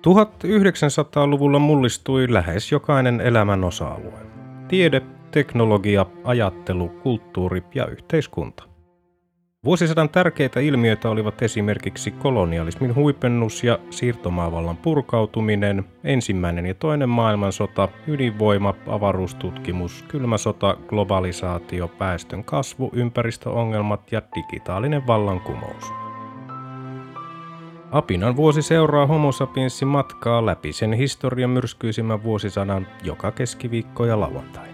1900-luvulla mullistui lähes jokainen elämän osa-alue. Tiede, teknologia, ajattelu, kulttuuri ja yhteiskunta. Vuosisadan tärkeitä ilmiöitä olivat esimerkiksi kolonialismin huipennus ja siirtomaavallan purkautuminen, ensimmäinen ja toinen maailmansota, ydinvoima, avaruustutkimus, kylmä sota, globalisaatio, väestön kasvu, ympäristöongelmat ja digitaalinen vallankumous. Apinan vuosi seuraa Homo sapiensin matkaa läpi sen historian myrskyisimmän vuosisadan joka keskiviikko ja lauantai.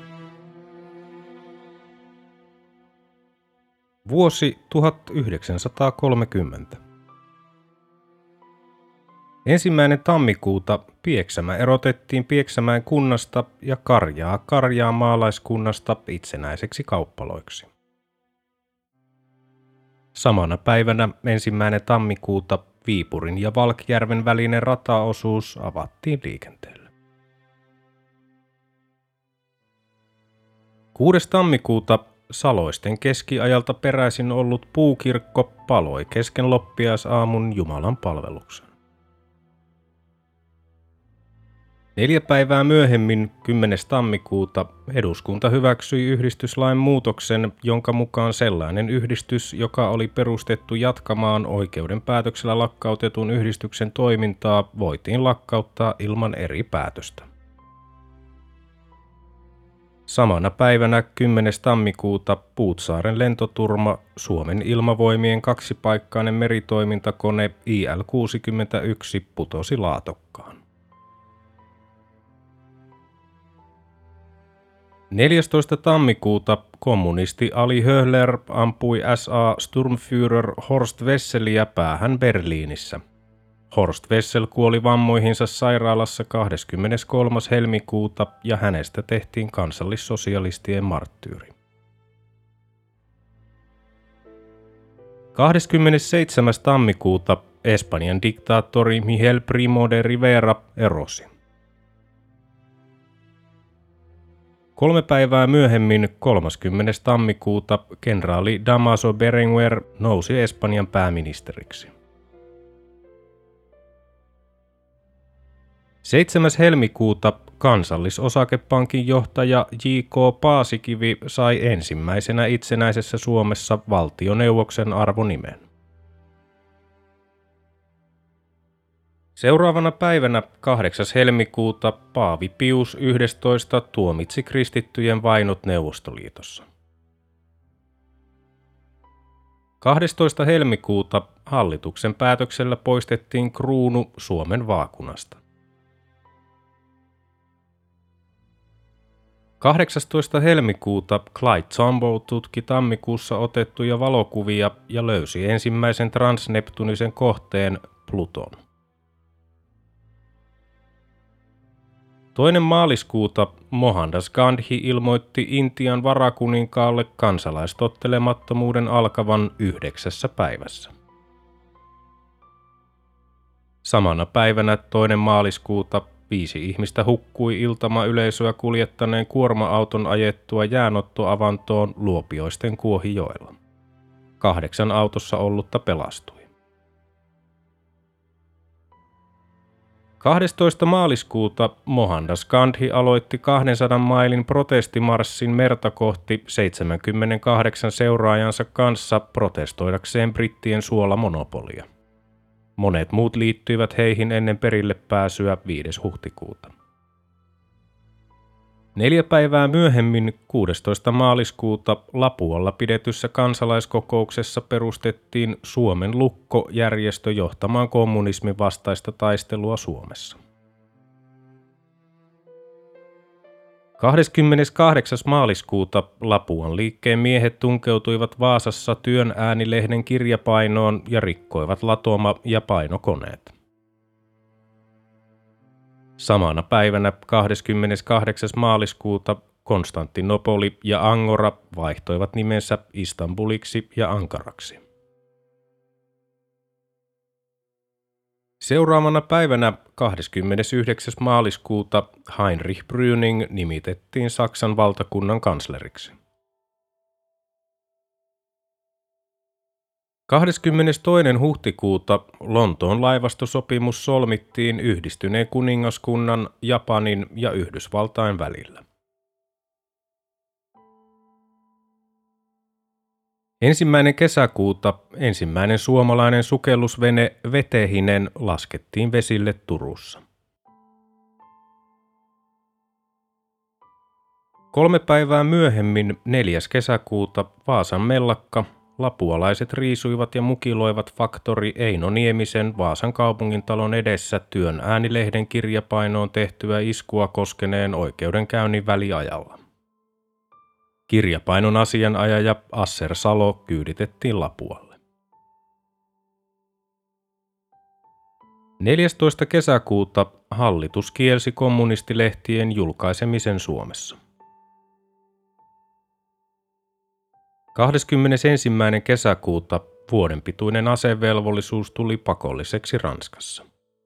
Vuosi 1930. 1. tammikuuta Pieksämä erotettiin Pieksämäen kunnasta ja Karjaa maalaiskunnasta itsenäiseksi kauppaloiksi. Samana päivänä 1. tammikuuta Viipurin ja Valkjärven välinen rataosuus avattiin liikenteelle. 6. tammikuuta Saloisten keskiajalta peräisin ollut puukirkko paloi kesken loppiaisaamun Jumalan palveluksen. 4 päivää myöhemmin, 10. tammikuuta, eduskunta hyväksyi yhdistyslain muutoksen, jonka mukaan sellainen yhdistys, joka oli perustettu jatkamaan oikeuden päätöksellä lakkautetun yhdistyksen toimintaa, voitiin lakkauttaa ilman eri päätöstä. Samana päivänä 10. tammikuuta Puutsaaren lentoturma, Suomen ilmavoimien kaksipaikkainen meritoimintakone IL-61 putosi Laatokkaan. 14. tammikuuta kommunisti Ali Höhler ampui SA Sturmführer Horst Wesseliä päähän Berliinissä. Horst Wessel kuoli vammoihinsa sairaalassa 23. helmikuuta ja hänestä tehtiin kansallissosialistien marttyyri. 27. tammikuuta Espanjan diktaattori Miguel Primo de Rivera erosi. 3 päivää myöhemmin, 30. tammikuuta, kenraali Dámaso Berenguer nousi Espanjan pääministeriksi. 7. helmikuuta Kansallisosakepankin johtaja J.K. Paasikivi sai ensimmäisenä itsenäisessä Suomessa valtioneuvoksen arvonimen. Seuraavana päivänä 8. helmikuuta Paavi Pius XI tuomitsi kristittyjen vainot Neuvostoliitossa. 12. helmikuuta hallituksen päätöksellä poistettiin kruunu Suomen vaakunasta. 18. helmikuuta Clyde Tombaugh tutki tammikuussa otettuja valokuvia ja löysi ensimmäisen transneptunisen kohteen Pluton. 2. maaliskuuta Mohandas Gandhi ilmoitti Intian varakuninkaalle kansalaistottelemattomuuden alkavan 9 päivässä. Samana päivänä 2. maaliskuuta 5 ihmistä hukkui iltamayleisöä kuljettaneen kuorma-auton ajettua jäänottoavantoon Luopioisten Kuohijoella. 8 autossa ollutta pelastui. 12. maaliskuuta Mohandas Gandhi aloitti 200 mailin protestimarssin merta kohti 78 seuraajansa kanssa protestoidakseen brittien suolamonopolia. Monet muut liittyivät heihin ennen perille pääsyä 5. huhtikuuta. 4 päivää myöhemmin, 16. maaliskuuta, Lapualla pidetyssä kansalaiskokouksessa perustettiin Suomen Lukko-järjestö johtamaan kommunismin vastaista taistelua Suomessa. 28. maaliskuuta Lapuan liikkeen miehet tunkeutuivat Vaasassa Työn äänilehden kirjapainoon ja rikkoivat latoma- ja painokoneet. Samana päivänä 28. maaliskuuta Konstantinopoli ja Angora vaihtoivat nimensä Istanbuliksi ja Ankaraksi. Seuraavana päivänä 29. maaliskuuta Heinrich Brüning nimitettiin Saksan valtakunnan kansleriksi. 22. huhtikuuta Lontoon laivastosopimus solmittiin Yhdistyneen kuningaskunnan, Japanin ja Yhdysvaltain välillä. 1. kesäkuuta ensimmäinen suomalainen sukellusvene Vetehinen laskettiin vesille Turussa. 3 päivää myöhemmin 4. kesäkuuta Vaasan mellakka lapualaiset riisuivat ja mukiloivat faktori Eino Niemisen Vaasan kaupungintalon edessä Työn äänilehden kirjapainoon tehtyä iskua koskeneen oikeudenkäynnin väliajalla. Kirjapainon asianajaja Asser Salo kyyditettiin Lapualle. 14. kesäkuuta hallitus kielsi kommunistilehtien julkaisemisen Suomessa. 21. kesäkuuta vuoden pituinen asevelvollisuus tuli pakolliseksi Ranskassa.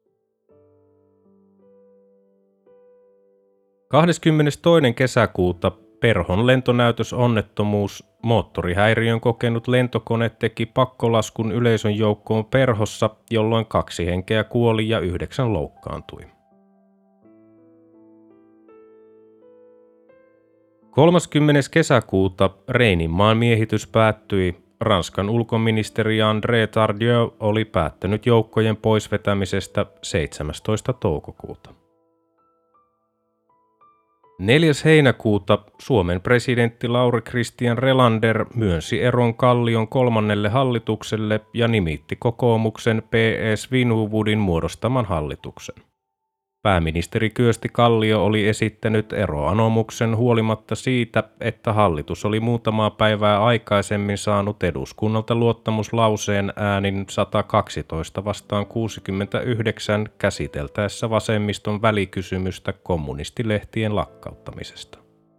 22. kesäkuuta Perhon lentonäytösonnettomuus, moottorihäiriön kokenut lentokone teki pakkolaskun yleisön joukkoon Perhossa, jolloin 2 henkeä kuoli ja 9 loukkaantui. 30. kesäkuuta Reininmaan miehitys päättyi. Ranskan ulkoministeri André Tardieu oli päättänyt joukkojen poisvetämisestä 17. toukokuuta. 4. heinäkuuta Suomen presidentti Lauri Christian Relander myönsi eron Kallion 3. hallitukselle ja nimitti kokoomuksen P.E. Svinhufvudin muodostaman hallituksen. Pääministeri Kyösti Kallio oli esittänyt eroanomuksen huolimatta siitä, että hallitus oli muutamaa päivää aikaisemmin saanut eduskunnalta luottamuslauseen äänin 112 vastaan 69 käsiteltäessä vasemmiston välikysymystä kommunistilehtien lakkauttamisesta.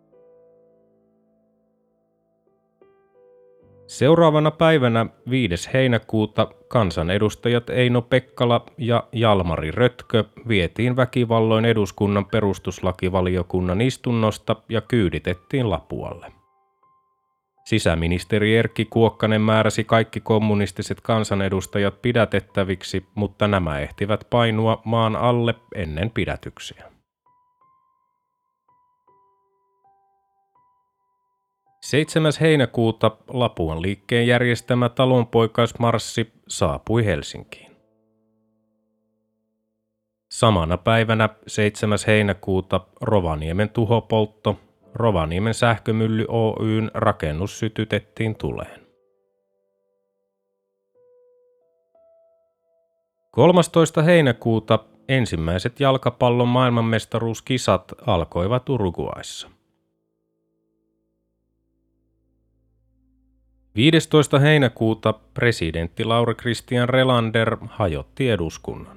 Seuraavana päivänä 5. heinäkuuta kansanedustajat Eino Pekkala ja Jalmari Rötkö vietiin väkivalloin eduskunnan perustuslakivaliokunnan istunnosta ja kyyditettiin Lapualle. Sisäministeri Erkki Kuokkanen määräsi kaikki kommunistiset kansanedustajat pidätettäviksi, mutta nämä ehtivät painua maan alle ennen pidätyksiä. 7. heinäkuuta Lapuan liikkeen järjestämä talonpoikaismarssi saapui Helsinkiin. Samana päivänä 7. heinäkuuta Rovaniemen tuhopoltto, Rovaniemen sähkömylly Oyn rakennus sytytettiin tuleen. 13. heinäkuuta ensimmäiset jalkapallon maailmanmestaruuskisat alkoivat Uruguayssa. 15. heinäkuuta presidentti Lauri Christian Relander hajotti eduskunnan.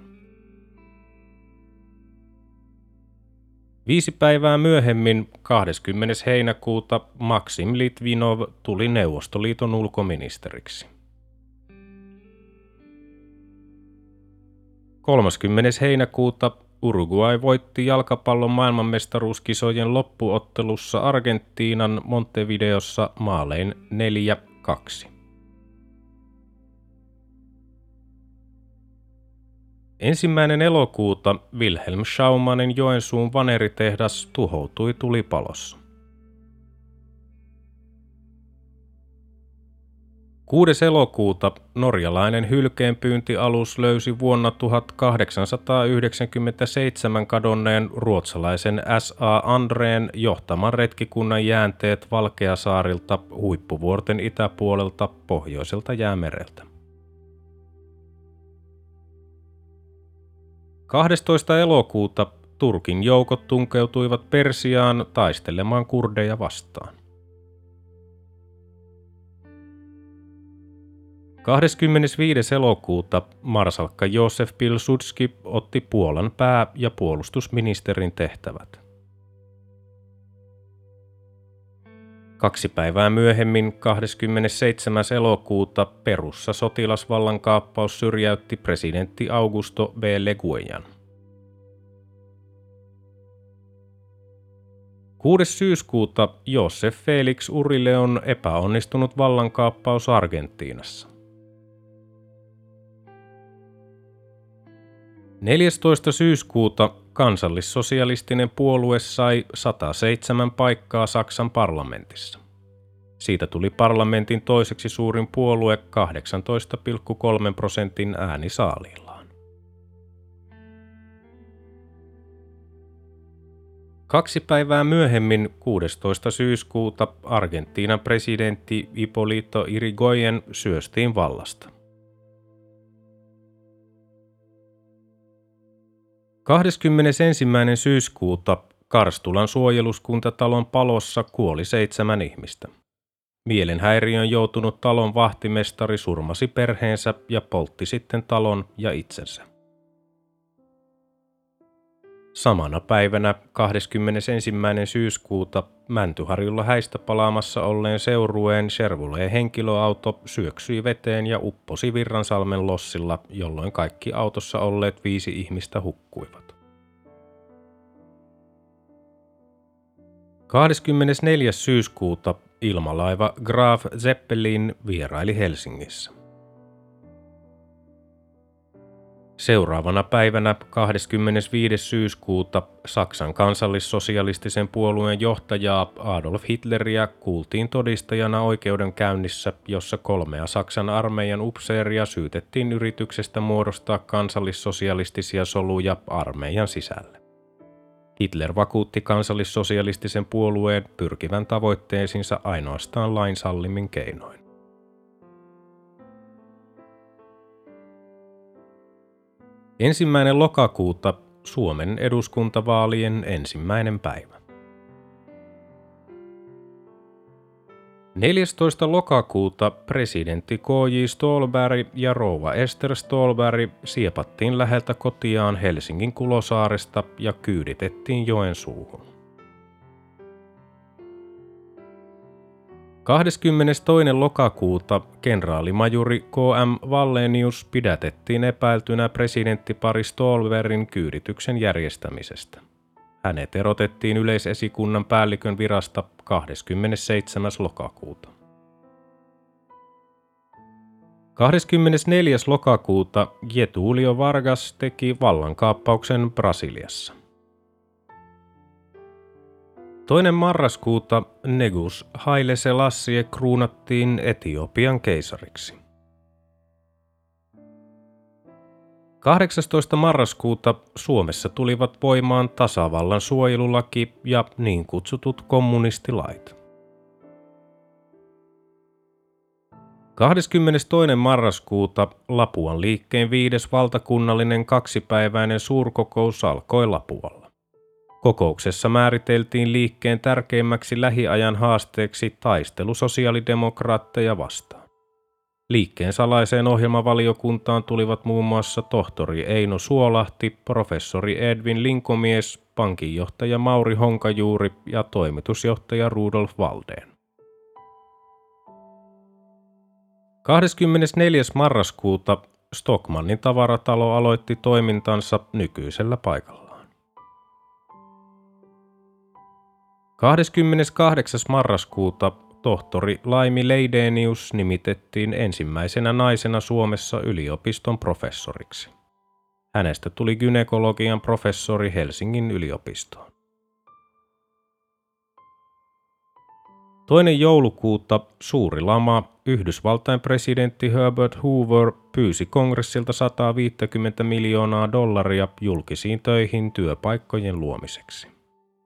5 päivää myöhemmin, 20. heinäkuuta, Maksim Litvinov tuli Neuvostoliiton ulkoministeriksi. 30. heinäkuuta Uruguay voitti jalkapallon maailmanmestaruuskisojen loppuottelussa Argentiinan Montevideossa maalein 4-2. 1. elokuuta Wilhelm Schaumanin Joensuun vaneritehdas tuhoutui tulipalossa. 6. elokuuta norjalainen hylkeenpyyntialus löysi vuonna 1897 kadonneen ruotsalaisen S.A. Andreen johtaman retkikunnan jäänteet Valkeasaarilta huippuvuorten itäpuolelta pohjoiselta jäämereltä. 12. elokuuta Turkin joukot tunkeutuivat Persiaan taistelemaan kurdeja vastaan. 25. elokuuta marsalkka Józef Pilsudski otti Puolan pää- ja puolustusministerin tehtävät. 2 päivää myöhemmin, 27. elokuuta, Perussa sotilasvallankaappaus syrjäytti presidentti Augusto B. Leguijan. 6. syyskuuta Josef Felix Urileon epäonnistunut vallankaappaus Argentiinassa. 14. syyskuuta kansallissosialistinen puolue sai 107 paikkaa Saksan parlamentissa. Siitä tuli parlamentin toiseksi suurin puolue 18,3% äänisaaliillaan. 2 päivää myöhemmin, 16. syyskuuta, Argentiinan presidentti Hipólito Yrigoyen syöstiin vallasta. 21. syyskuuta Karstulan suojeluskuntatalon palossa kuoli 7 ihmistä. Mielenhäiriöön joutunut talon vahtimestari surmasi perheensä ja poltti sitten talon ja itsensä. Samana päivänä 21. syyskuuta Mäntyharjulla häistä palaamassa olleen seurueen Chevrolet-henkilöauto syöksyi veteen ja upposi Virransalmen lossilla, jolloin kaikki autossa olleet 5 ihmistä hukkuivat. 24. syyskuuta ilmalaiva Graf Zeppelin vieraili Helsingissä. Seuraavana päivänä 25. syyskuuta Saksan kansallissosialistisen puolueen johtajaa Adolf Hitleriä kuultiin todistajana oikeudenkäynnissä, jossa 3 Saksan armeijan upseeria syytettiin yrityksestä muodostaa kansallissosialistisia soluja armeijan sisälle. Hitler vakuutti kansallissosialistisen puolueen pyrkivän tavoitteisiinsa ainoastaan lain sallimin keinoin. Ensimmäinen lokakuuta Suomen eduskuntavaalien ensimmäinen päivä. 14. lokakuuta presidentti K.J. Ståhlberg ja rouva Ester Ståhlberg siepattiin läheltä kotiaan Helsingin Kulosaaresta ja kyyditettiin Joensuuhun. 22. lokakuuta kenraalimajuri K.M. Wallenius pidätettiin epäiltynä presidenttipari Ståhlbergin kyydityksen järjestämisestä. Hänet erotettiin yleisesikunnan päällikön virasta 27. lokakuuta. 24. lokakuuta Getulio Vargas teki vallankaappauksen Brasiliassa. 2. marraskuuta Negus Haile Selassie kruunattiin Etiopian keisariksi. 18. marraskuuta Suomessa tulivat voimaan tasavallan suojelulaki ja niin kutsutut kommunistilait. 22. marraskuuta Lapuan liikkeen 5. valtakunnallinen 2-päiväinen suurkokous alkoi Lapualla. Kokouksessa määriteltiin liikkeen tärkeimmäksi lähiajan haasteeksi taistelu sosiaalidemokraatteja vastaan. Liikkeen salaiseen ohjelmavaliokuntaan tulivat muun muassa tohtori Eino Suolahti, professori Edwin Linkomies, pankinjohtaja Mauri Honkajuuri ja toimitusjohtaja Rudolf Walden. 24. marraskuuta Stockmannin tavaratalo aloitti toimintansa nykyisellä paikallaan. 28. marraskuuta tohtori Laimi Leidenius nimitettiin ensimmäisenä naisena Suomessa yliopiston professoriksi. Hänestä tuli gynekologian professori Helsingin yliopistoon. 2. joulukuuta suuri lama, Yhdysvaltain presidentti Herbert Hoover pyysi kongressilta $150 miljoonaa julkisiin töihin työpaikkojen luomiseksi.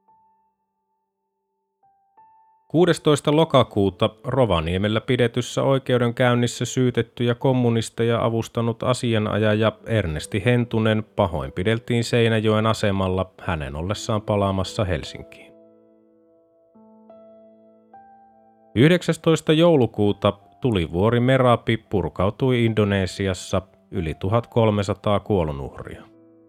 16. lokakuuta Rovaniemellä pidetyssä oikeudenkäynnissä syytettyjä kommunisteja avustanut asianajaja Ernesti Hentunen pahoinpideltiin Seinäjoen asemalla hänen ollessaan palaamassa Helsinkiin. 19. joulukuuta tulivuori Merapi purkautui Indonesiassa, yli 1300 kuolonuhria.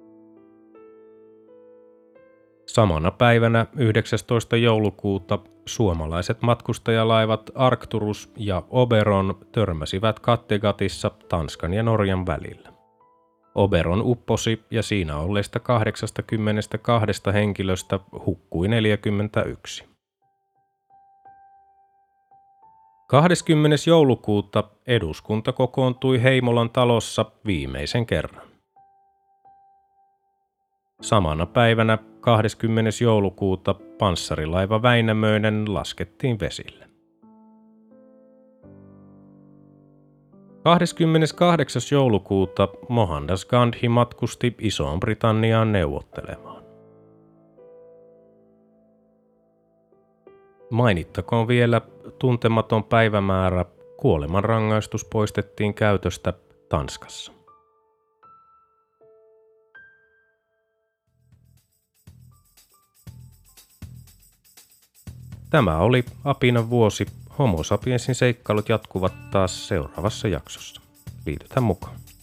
Samana päivänä 19. joulukuuta suomalaiset matkustajalaivat Arcturus ja Oberon törmäsivät Kattegatissa Tanskan ja Norjan välillä. Oberon upposi ja siinä olleista 82 henkilöstä hukkui 41. 20. joulukuuta eduskunta kokoontui Heimolan talossa viimeisen kerran. Samana päivänä 20. joulukuuta panssarilaiva Väinämöinen laskettiin vesille. 28. joulukuuta Mohandas Gandhi matkusti Isoon Britanniaan neuvottelemaan. Mainittakoon vielä tuntematon päivämäärä: kuolemanrangaistus poistettiin käytöstä Tanskassa. Tämä oli Apinan vuosi. Homo sapiensin seikkailut jatkuvat taas seuraavassa jaksossa. Liitytään mukaan.